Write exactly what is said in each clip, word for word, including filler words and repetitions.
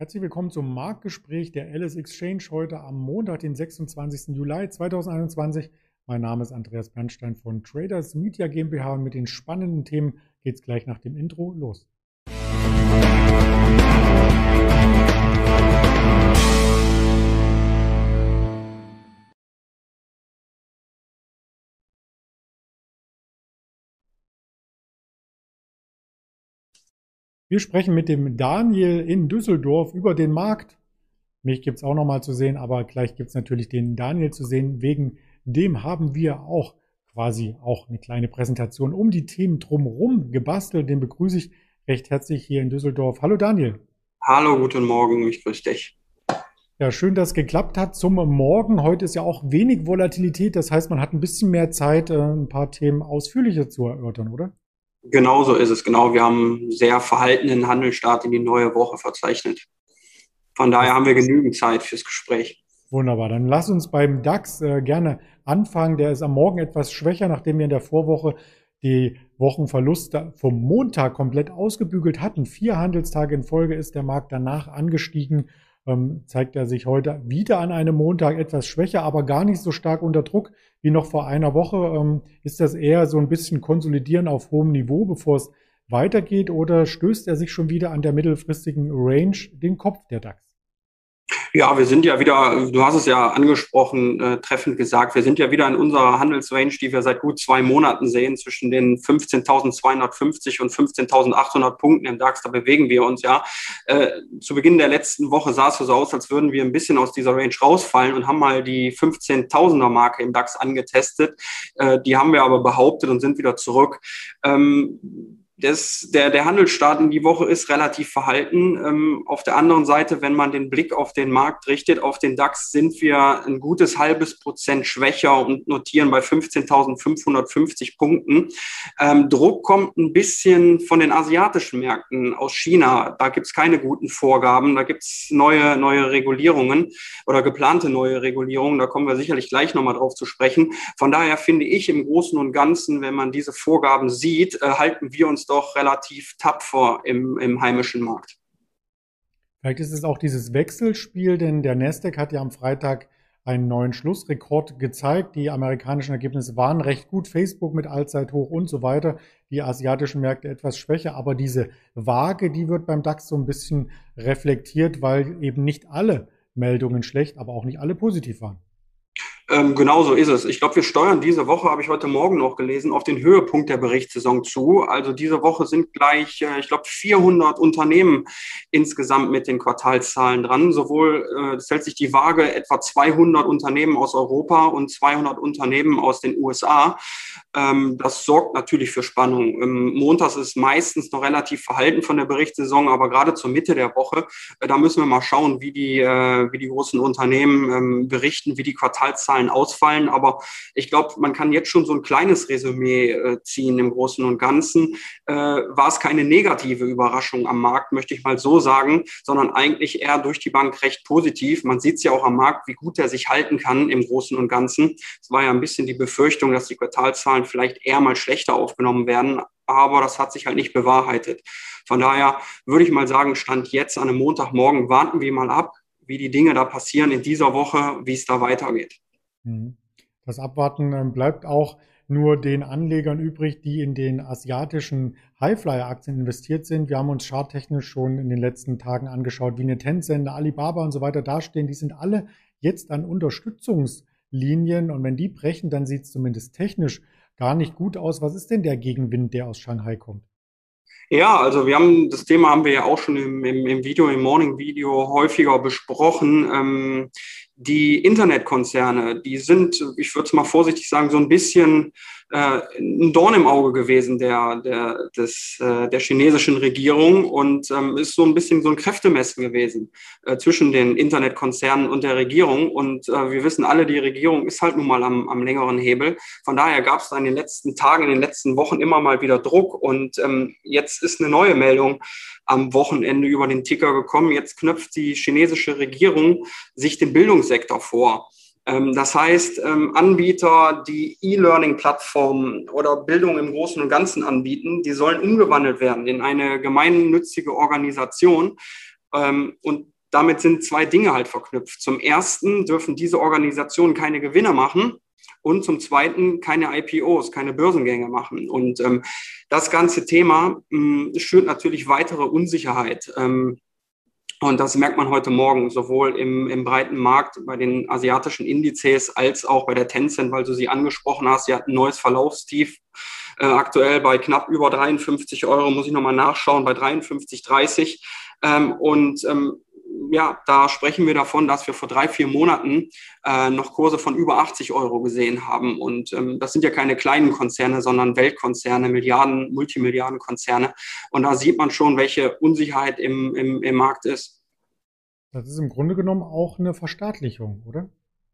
Herzlich willkommen zum Marktgespräch der Alice Exchange heute am Montag, den sechsundzwanzigsten Juli zweitausendeinundzwanzig. Mein Name ist Andreas Bernstein von Traders Media GmbH und mit den spannenden Themen geht es gleich nach dem Intro los. Wir sprechen mit dem Daniel in Düsseldorf über den Markt. Mich gibt es auch nochmal zu sehen, aber gleich gibt es natürlich den Daniel zu sehen. Wegen dem haben wir auch quasi auch eine kleine Präsentation um die Themen drumherum gebastelt. Den begrüße ich recht herzlich hier in Düsseldorf. Hallo Daniel. Hallo, guten Morgen, ich grüße dich. Ja, schön, dass es geklappt hat zum Morgen. Heute ist ja auch wenig Volatilität. Das heißt, man hat ein bisschen mehr Zeit, ein paar Themen ausführlicher zu erörtern, oder? Genau so ist es, genau. Wir haben einen sehr verhaltenen Handelsstart in die neue Woche verzeichnet. Von daher haben wir genügend Zeit fürs Gespräch. Wunderbar, dann lass uns beim DAX äh, gerne anfangen. Der ist am Morgen etwas schwächer, nachdem wir in der Vorwoche die Wochenverluste vom Montag komplett ausgebügelt hatten. Vier Handelstage in Folge ist der Markt danach angestiegen. Ähm, zeigt er sich heute wieder an einem Montag etwas schwächer, aber gar nicht so stark unter Druck wie noch vor einer Woche. Ähm, ist das eher so ein bisschen Konsolidieren auf hohem Niveau, bevor es weitergeht, oder stößt er sich schon wieder an der mittelfristigen Range den Kopf, der DAX? Ja, wir sind ja wieder, du hast es ja angesprochen, äh, treffend gesagt, wir sind ja wieder in unserer Handelsrange, die wir seit gut zwei Monaten sehen, zwischen den fünfzehntausendzweihundertfünfzig und fünfzehntausendachthundert Punkten im DAX, da bewegen wir uns ja. Äh, zu Beginn der letzten Woche sah es so aus, als würden wir ein bisschen aus dieser Range rausfallen und haben mal die fünfzehntausender Marke im DAX angetestet. Äh, die haben wir aber behauptet und sind wieder zurück. Ähm, Das, der, der Handelsstart in die Woche ist relativ verhalten. Ähm, auf der anderen Seite, wenn man den Blick auf den Markt richtet, auf den DAX, sind wir ein gutes halbes Prozent schwächer und notieren bei fünfzehntausendfünfhundertfünfzig Punkten. Ähm, Druck kommt ein bisschen von den asiatischen Märkten aus China. Da gibt es keine guten Vorgaben. Da gibt es neue, neue Regulierungen oder geplante neue Regulierungen. Da kommen wir sicherlich gleich nochmal drauf zu sprechen. Von daher finde ich im Großen und Ganzen, wenn man diese Vorgaben sieht, äh, halten wir uns doch relativ tapfer im, im heimischen Markt. Vielleicht ist es auch dieses Wechselspiel, denn der Nasdaq hat ja am Freitag einen neuen Schlussrekord gezeigt. Die amerikanischen Ergebnisse waren recht gut, Facebook mit Allzeithoch und so weiter. Die asiatischen Märkte etwas schwächer, aber diese Waage, die wird beim DAX so ein bisschen reflektiert, weil eben nicht alle Meldungen schlecht, aber auch nicht alle positiv waren. Ähm, genau so ist es. Ich glaube, wir steuern diese Woche, habe ich heute Morgen noch gelesen, auf den Höhepunkt der Berichtssaison zu. Also diese Woche sind gleich, äh, ich glaube, vierhundert Unternehmen insgesamt mit den Quartalszahlen dran. Sowohl äh, es hält sich die Waage etwa zweihundert Unternehmen aus Europa und zweihundert Unternehmen aus den U S A. Ähm, das sorgt natürlich für Spannung. Ähm, montags ist meistens noch relativ verhalten von der Berichtssaison, aber gerade zur Mitte der Woche, äh, da müssen wir mal schauen, wie die, äh, wie die großen Unternehmen ähm, berichten, wie die Quartalszahlen ausfallen. Aber ich glaube, man kann jetzt schon so ein kleines Resümee äh, ziehen im Großen und Ganzen. Äh, war es keine negative Überraschung am Markt, möchte ich mal so sagen, sondern eigentlich eher durch die Bank recht positiv. Man sieht es ja auch am Markt, wie gut er sich halten kann im Großen und Ganzen. Es war ja ein bisschen die Befürchtung, dass die Quartalszahlen vielleicht eher mal schlechter aufgenommen werden, aber das hat sich halt nicht bewahrheitet. Von daher würde ich mal sagen, Stand jetzt an einem Montagmorgen, warten wir mal ab, wie die Dinge da passieren in dieser Woche, wie es da weitergeht. Das Abwarten bleibt auch nur den Anlegern übrig, die in den asiatischen Highflyer-Aktien investiert sind. Wir haben uns charttechnisch schon in den letzten Tagen angeschaut, wie eine Tencent, Alibaba und so weiter dastehen. Die sind alle jetzt an Unterstützungslinien, und wenn die brechen, dann sieht es zumindest technisch gar nicht gut aus. Was ist denn der Gegenwind, der aus Shanghai kommt? Ja, also wir haben das Thema haben wir ja auch schon im, im, im Video, im Morning-Video häufiger besprochen. Ähm, die Internetkonzerne, die sind, ich würde es mal vorsichtig sagen, so ein bisschen äh, ein Dorn im Auge gewesen der, der, des, äh, der chinesischen Regierung und ähm, ist so ein bisschen so ein Kräftemessen gewesen äh, zwischen den Internetkonzernen und der Regierung. Und äh, wir wissen alle, die Regierung ist halt nun mal am, am längeren Hebel. Von daher gab es da in den letzten Tagen, in den letzten Wochen immer mal wieder Druck. Und ähm, jetzt ist eine neue Meldung am Wochenende über den Ticker gekommen. Jetzt knöpft die chinesische Regierung sich den Bildungssektor vor. Das heißt, Anbieter, die E-Learning-Plattformen oder Bildung im Großen und Ganzen anbieten, die sollen umgewandelt werden in eine gemeinnützige Organisation. Und damit sind zwei Dinge halt verknüpft. Zum ersten dürfen diese Organisationen keine Gewinne machen und zum zweiten keine I P Os, keine Börsengänge machen. Und ähm, das ganze Thema mh, schürt natürlich weitere Unsicherheit. Ähm, Und das merkt man heute Morgen sowohl im, im breiten Markt bei den asiatischen Indizes als auch bei der Tencent, weil du sie angesprochen hast. Sie hat ein neues Verlaufstief, äh, aktuell bei knapp über dreiundfünfzig Euro, muss ich nochmal nachschauen, bei dreiundfünfzig Komma dreißig. Ähm, und ähm, ja, da sprechen wir davon, dass wir vor drei, vier Monaten äh, noch Kurse von über achtzig Euro gesehen haben. Und ähm, das sind ja keine kleinen Konzerne, sondern Weltkonzerne, Milliarden, Multimilliardenkonzerne. Und da sieht man schon, welche Unsicherheit im, im, im Markt ist. Das ist im Grunde genommen auch eine Verstaatlichung, oder?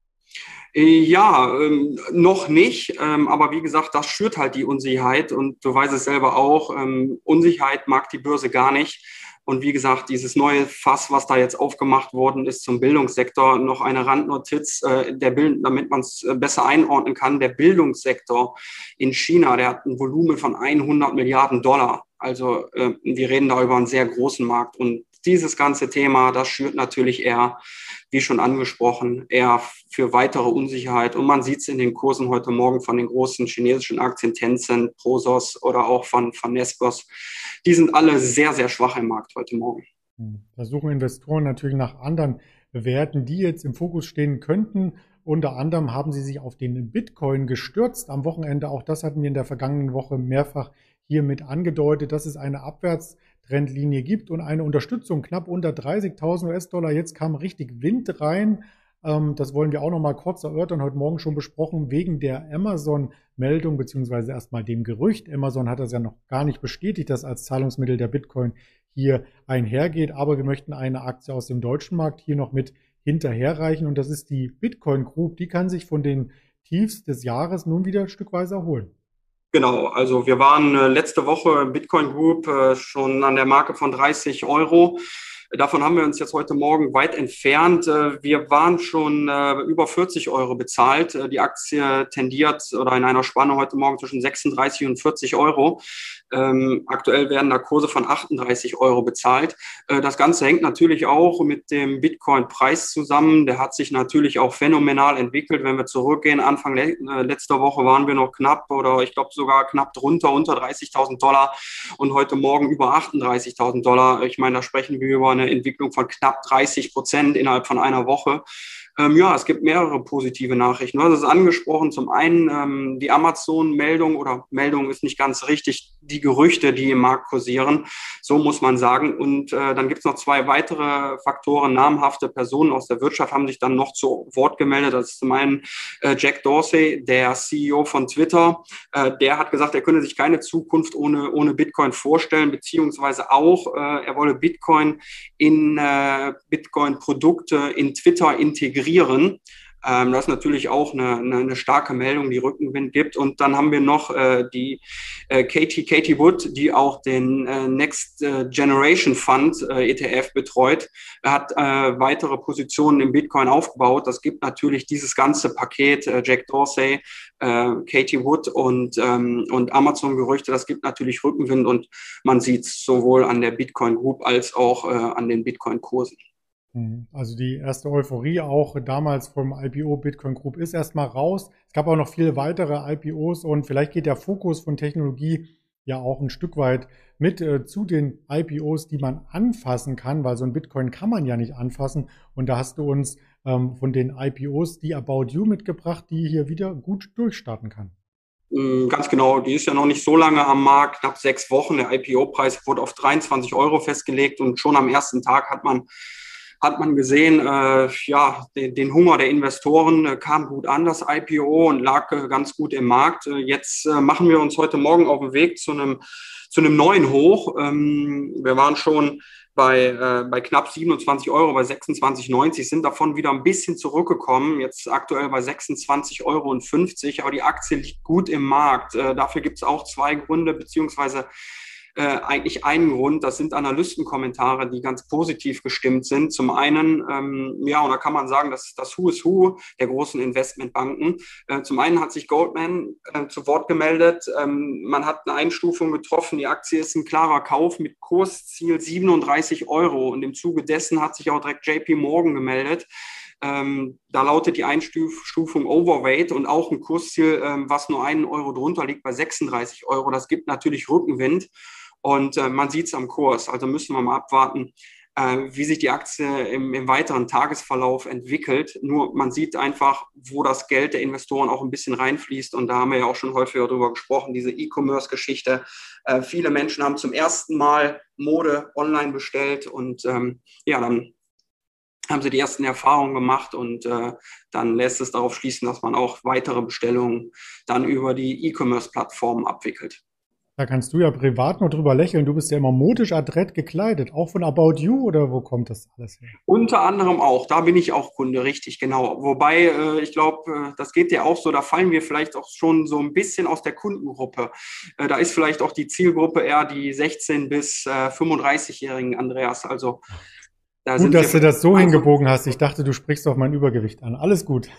Ja, ähm, noch nicht, ähm, aber wie gesagt, das schürt halt die Unsicherheit und du weißt es selber auch, ähm, Unsicherheit mag die Börse gar nicht. Und wie gesagt, dieses neue Fass, was da jetzt aufgemacht worden ist zum Bildungssektor, noch eine Randnotiz, äh, der Bild, damit man es besser einordnen kann, der Bildungssektor in China, der hat ein Volumen von hundert Milliarden Dollar. Also äh, wir reden da über einen sehr großen Markt und dieses ganze Thema, das schürt natürlich eher, wie schon angesprochen, eher für weitere Unsicherheit. Und man sieht es in den Kursen heute Morgen von den großen chinesischen Aktien, Tencent, Prosos oder auch von, von Nespers. Die sind alle sehr, sehr schwach im Markt heute Morgen. Da suchen Investoren natürlich nach anderen Werten, die jetzt im Fokus stehen könnten. Unter anderem haben sie sich auf den Bitcoin gestürzt am Wochenende. Auch das hatten wir in der vergangenen Woche mehrfach hiermit angedeutet, dass es eine Abwärtstrendlinie gibt und eine Unterstützung knapp unter dreißigtausend U S-Dollar. Jetzt kam richtig Wind rein. Das wollen wir auch noch mal kurz erörtern, heute Morgen schon besprochen, wegen der Amazon-Meldung, beziehungsweise erstmal dem Gerücht. Amazon hat das ja noch gar nicht bestätigt, dass als Zahlungsmittel der Bitcoin hier einhergeht, aber wir möchten eine Aktie aus dem deutschen Markt hier noch mit hinterherreichen und das ist die Bitcoin Group. Die kann sich von den Tiefs des Jahres nun wieder stückweise erholen. Genau, also wir waren äh, letzte Woche Bitcoin Group äh, schon an der Marke von dreißig Euro. Davon haben wir uns jetzt heute Morgen weit entfernt. Wir waren schon über vierzig Euro bezahlt. Die Aktie tendiert oder in einer Spanne heute Morgen zwischen sechsunddreißig und vierzig Euro. Ähm, aktuell werden da Kurse von achtunddreißig Euro bezahlt. Äh, das Ganze hängt natürlich auch mit dem Bitcoin-Preis zusammen. Der hat sich natürlich auch phänomenal entwickelt. Wenn wir zurückgehen, Anfang le äh, letzter Woche waren wir noch knapp oder ich glaube sogar knapp drunter, unter dreißigtausend Dollar und heute Morgen über achtunddreißigtausend Dollar. Ich meine, da sprechen wir über eine Entwicklung von knapp dreißig Prozent innerhalb von einer Woche. Ähm, ja, es gibt mehrere positive Nachrichten. Du hast es angesprochen. Zum einen ähm, die Amazon-Meldung oder Meldung ist nicht ganz richtig, die Gerüchte, die im Markt kursieren. So muss man sagen. Und äh, dann gibt es noch zwei weitere Faktoren. Namhafte Personen aus der Wirtschaft haben sich dann noch zu Wort gemeldet. Das ist zum einen äh, Jack Dorsey, der C E O von Twitter. Äh, der hat gesagt, er könne sich keine Zukunft ohne, ohne Bitcoin vorstellen, beziehungsweise auch, äh, er wolle Bitcoin in äh, Bitcoin-Produkte in Twitter integrieren. Ähm, das ist natürlich auch eine, eine, eine starke Meldung, die Rückenwind gibt. Und dann haben wir noch äh, die äh, Katie, Katie Wood, die auch den äh, Next Generation Fund äh, E T F betreut. Er hat äh, weitere Positionen im Bitcoin aufgebaut. Das gibt natürlich dieses ganze Paket, äh, Jack Dorsey, äh, Katie Wood und, ähm, und Amazon-Gerüchte. Das gibt natürlich Rückenwind und man sieht es sowohl an der Bitcoin Group als auch äh, an den Bitcoin-Kursen. Also die erste Euphorie auch damals vom I P O Bitcoin Group ist erstmal raus. Es gab auch noch viele weitere I P Os und vielleicht geht der Fokus von Technologie ja auch ein Stück weit mit äh, zu den I P Os, die man anfassen kann, weil so ein Bitcoin kann man ja nicht anfassen. Und da hast du uns ähm, von den I P Os die About You mitgebracht, die hier wieder gut durchstarten kann. Ganz genau, die ist ja noch nicht so lange am Markt, knapp sechs Wochen. Der I P O-Preis wurde auf dreiundzwanzig Euro festgelegt und schon am ersten Tag hat man hat man gesehen, äh, ja, den, den Hunger der Investoren äh, kam gut an, das I P O, und lag äh, ganz gut im Markt. Äh, jetzt äh, machen wir uns heute Morgen auf den Weg zu einem zu einem neuen Hoch. Ähm, wir waren schon bei, äh, bei knapp siebenundzwanzig Euro, bei sechsundzwanzig neunzig, sind davon wieder ein bisschen zurückgekommen, jetzt aktuell bei sechsundzwanzig Euro fünfzig, aber die Aktie liegt gut im Markt. Äh, dafür gibt es auch zwei Gründe, beziehungsweise äh, eigentlich einen Grund. Das sind Analystenkommentare, die ganz positiv gestimmt sind. Zum einen, ähm, ja, und da kann man sagen, dass das Who is Who der großen Investmentbanken. Äh, zum einen hat sich Goldman äh, zu Wort gemeldet. Ähm, man hat eine Einstufung getroffen. Die Aktie ist ein klarer Kauf mit Kursziel siebenunddreißig Euro. Und im Zuge dessen hat sich auch direkt J P Morgan gemeldet. Ähm, da lautet die Einstufung Overweight und auch ein Kursziel, ähm, was nur einen Euro drunter liegt, bei sechsunddreißig Euro. Das gibt natürlich Rückenwind und äh, man sieht es am Kurs. Also müssen wir mal abwarten, äh, wie sich die Aktie im, im weiteren Tagesverlauf entwickelt. Nur man sieht einfach, wo das Geld der Investoren auch ein bisschen reinfließt. Und da haben wir ja auch schon häufiger darüber gesprochen, diese E-Commerce-Geschichte. Äh, viele Menschen haben zum ersten Mal Mode online bestellt und ähm, ja, dann haben sie die ersten Erfahrungen gemacht und äh, dann lässt es darauf schließen, dass man auch weitere Bestellungen dann über die E-Commerce-Plattformen abwickelt. Da kannst du ja privat nur drüber lächeln. Du bist ja immer modisch adrett gekleidet. Auch von About You oder wo kommt das alles her? Unter anderem auch. Da bin ich auch Kunde, richtig, genau. Wobei, äh, ich glaube, äh, das geht ja auch so, da fallen wir vielleicht auch schon so ein bisschen aus der Kundengruppe. Äh, da ist vielleicht auch die Zielgruppe eher die sechzehn- bis äh, fünfunddreißig-Jährigen, Andreas. Also Da gut, dass du das so also hingebogen hast. Ich dachte, du sprichst auf mein Übergewicht an. Alles gut.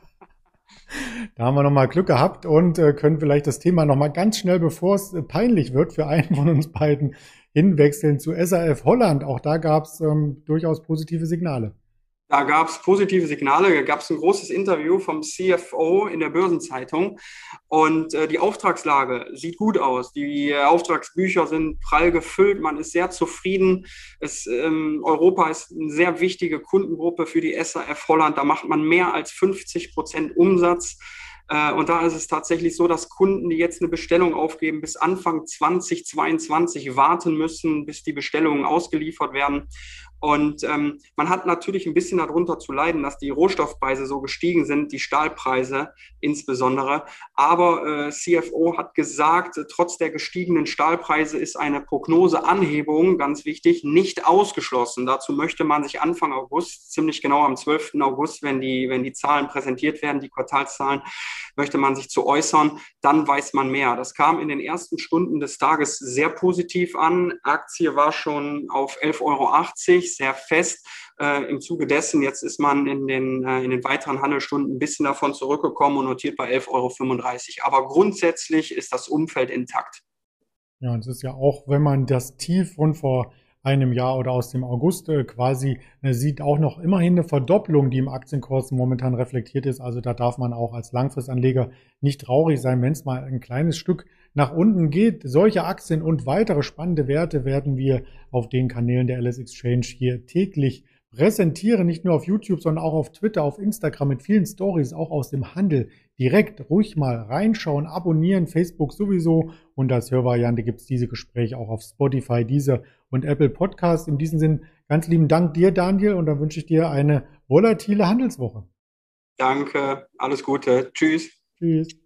Da haben wir nochmal Glück gehabt und äh, können vielleicht das Thema nochmal ganz schnell, bevor es äh, peinlich wird, für einen von uns beiden hinwechseln zu S A F Holland. Auch da gab es ähm, durchaus positive Signale. Da gab es positive Signale, da gab es ein großes Interview vom C F O in der Börsenzeitung und äh, die Auftragslage sieht gut aus. Die äh, Auftragsbücher sind prall gefüllt, man ist sehr zufrieden. Es, ähm, Europa ist eine sehr wichtige Kundengruppe für die S A F Holland, da macht man mehr als fünfzig Prozent Umsatz. Und da ist es tatsächlich so, dass Kunden, die jetzt eine Bestellung aufgeben, bis Anfang zweitausendzweiundzwanzig warten müssen, bis die Bestellungen ausgeliefert werden. Und ähm, man hat natürlich ein bisschen darunter zu leiden, dass die Rohstoffpreise so gestiegen sind, die Stahlpreise insbesondere. Aber äh, C F O hat gesagt, trotz der gestiegenen Stahlpreise ist eine Prognoseanhebung, ganz wichtig, nicht ausgeschlossen. Dazu möchte man sich Anfang August, ziemlich genau am zwölften August, wenn die, wenn die Zahlen präsentiert werden, die Quartalszahlen, möchte man sich zu äußern. Dann weiß man mehr. Das kam in den ersten Stunden des Tages sehr positiv an. Aktie war schon auf elf Euro achtzig. Sehr fest. Äh, Im Zuge dessen, jetzt ist man in den, äh, in den weiteren Handelsstunden ein bisschen davon zurückgekommen und notiert bei elf Euro fünfunddreißig. Aber grundsätzlich ist das Umfeld intakt. Ja, und es ist ja auch, wenn man das Tief von vor einem Jahr oder aus dem August äh, quasi äh, sieht, auch noch immerhin eine Verdopplung, die im Aktienkurs momentan reflektiert ist. Also da darf man auch als Langfristanleger nicht traurig sein, wenn es mal ein kleines Stück nach unten geht. Solche Aktien und weitere spannende Werte werden wir auf den Kanälen der L S Exchange hier täglich präsentieren, nicht nur auf YouTube, sondern auch auf Twitter, auf Instagram mit vielen Stories, auch aus dem Handel. Direkt ruhig mal reinschauen, abonnieren, Facebook sowieso. Und als Hörvariante gibt es diese Gespräche auch auf Spotify, Deezer und Apple Podcast. In diesem Sinn ganz lieben Dank dir, Daniel, und dann wünsche ich dir eine volatile Handelswoche. Danke, alles Gute. Tschüss. Tschüss.